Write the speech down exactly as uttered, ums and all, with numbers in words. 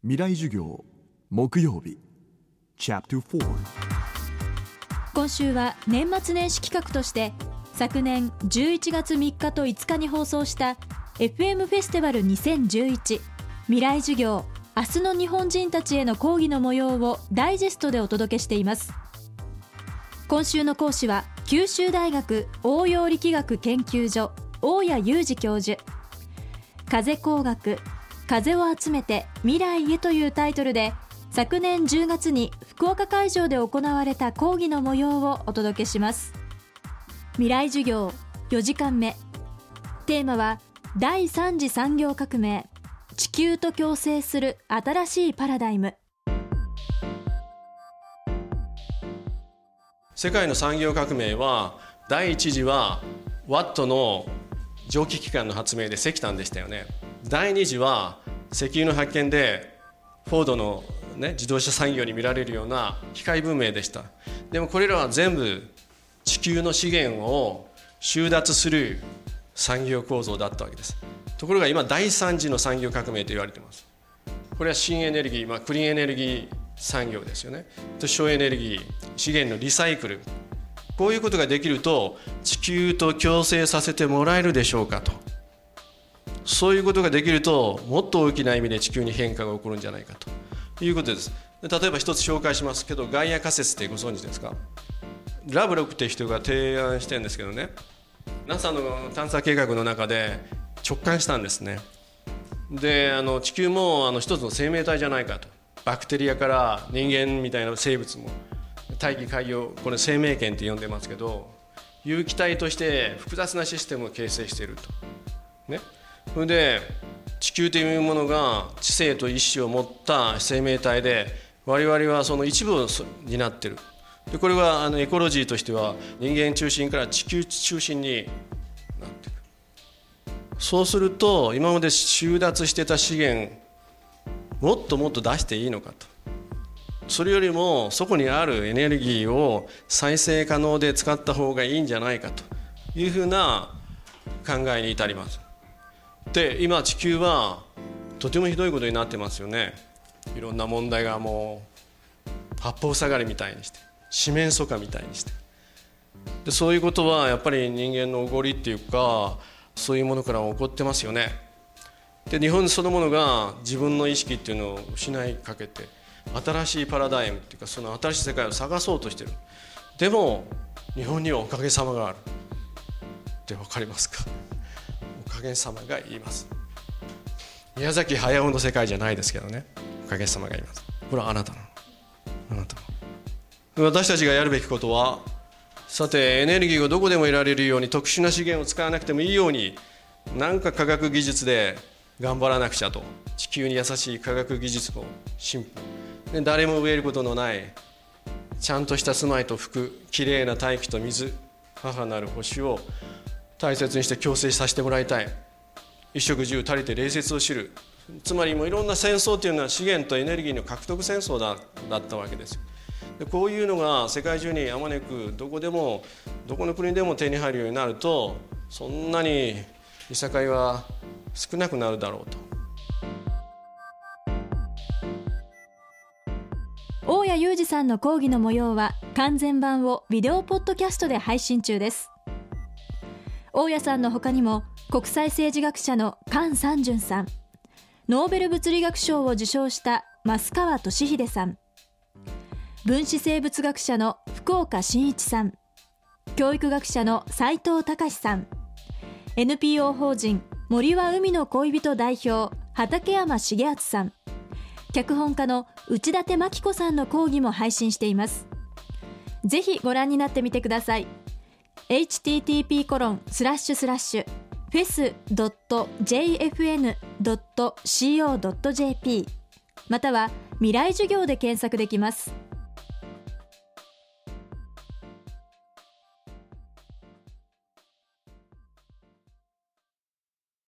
未来授業木曜日チャプターフォー。 今週は年末年始企画として昨年じゅういちがつみっかといつかに放送した エフエム フェスティバルにせんじゅういち未来授業明日の日本人たちへの講義の模様をダイジェストでお届けしています。今週の講師は九州大学応用力学研究所大谷裕二教授。風工学風を集めて未来へというタイトルで昨年じゅうがつに福岡会場で行われた講義の模様をお届けします。未来授業よじかんめ、テーマは第三次産業革命、地球と共生する新しいパラダイム。 世界の産業革命は第一次はワットの蒸気機関の発明で石炭でしたよね。第二次は石油の発見でフォードの、ね、自動車産業に見られるような機械文明でした。でもこれらは全部地球の資源を収奪する産業構造だったわけです。ところが今第三次の産業革命と言われています。これは新エネルギー、まあ、クリーンエネルギー産業ですよね。と省エネルギー、資源のリサイクル、こういうことができると地球と共生させてもらえるでしょうかと。そういうことができるともっと大きな意味で地球に変化が起こるんじゃないかということです。例えば一つ紹介しますけど、ガイア仮説ってご存知ですか？ラブロックっていう人が提案してるんですけどね、 ナサ の探査計画の中で直感したんですね。であの地球もあの一つの生命体じゃないかと。バクテリアから人間みたいな生物も大気海洋、これ生命圏って呼んでますけど、有機体として複雑なシステムを形成しているとね。それで地球というものが知性と意志を持った生命体で、我々はその一部を担っている。でこれはあのエコロジーとしては人間中心から地球中心になっている。そうすると今まで収奪してた資源もっともっと出していいのかと。それよりもそこにあるエネルギーを再生可能で使った方がいいんじゃないかというふうな考えに至ります。で今地球はとてもひどいことになってますよね。いろんな問題がもう八方塞がりみたいにして、四面楚歌みたいにして、でそういうことはやっぱり人間のおごりっていうか、そういうものから起こってますよね。で日本そのものが自分の意識っていうのを失いかけて、新しいパラダイムっていうかその新しい世界を探そうとしてる。でも日本にはおかげさまがあるって分かりますか？おかげさまがいます。宮崎駿の世界じゃないですけどね、おかげさまがいます。これはあなたのあなたの私たちがやるべきことは、さてエネルギーがどこでも得られるように特殊な資源を使わなくてもいいように、なんか科学技術で頑張らなくちゃと。地球に優しい科学技術の進歩で、誰も飢えることのないちゃんとした住まいと服、きれいな大気と水、母なる星を大切にして共生させてもらいたい。衣食住足りて礼節を知る。つまりもういろんな戦争というのは資源とエネルギーの獲得戦争 だ, だったわけです。でこういうのが世界中にあまねくどこでもどこの国でも手に入るようになると、そんなにいさかいは少なくなるだろうと。 大谷裕二さんの講義の模様は完全版をビデオポッドキャストで配信中です。大谷さんの他にも国際政治学者の菅三淳さん、ノーベル物理学賞を受賞した増川俊秀さん、分子生物学者の福岡伸一さん、教育学者の斉藤隆さん、 エヌピーオー 法人森は海の恋人代表畠山重敦さん、脚本家の内館真紀子さんの講義も配信しています。ぜひご覧になってみてください。 エイチティーティーピーコロンスラッシュスラッシュフェスドットジェイエフエヌドットシーオードットジェーピー または未来授業で検索できます。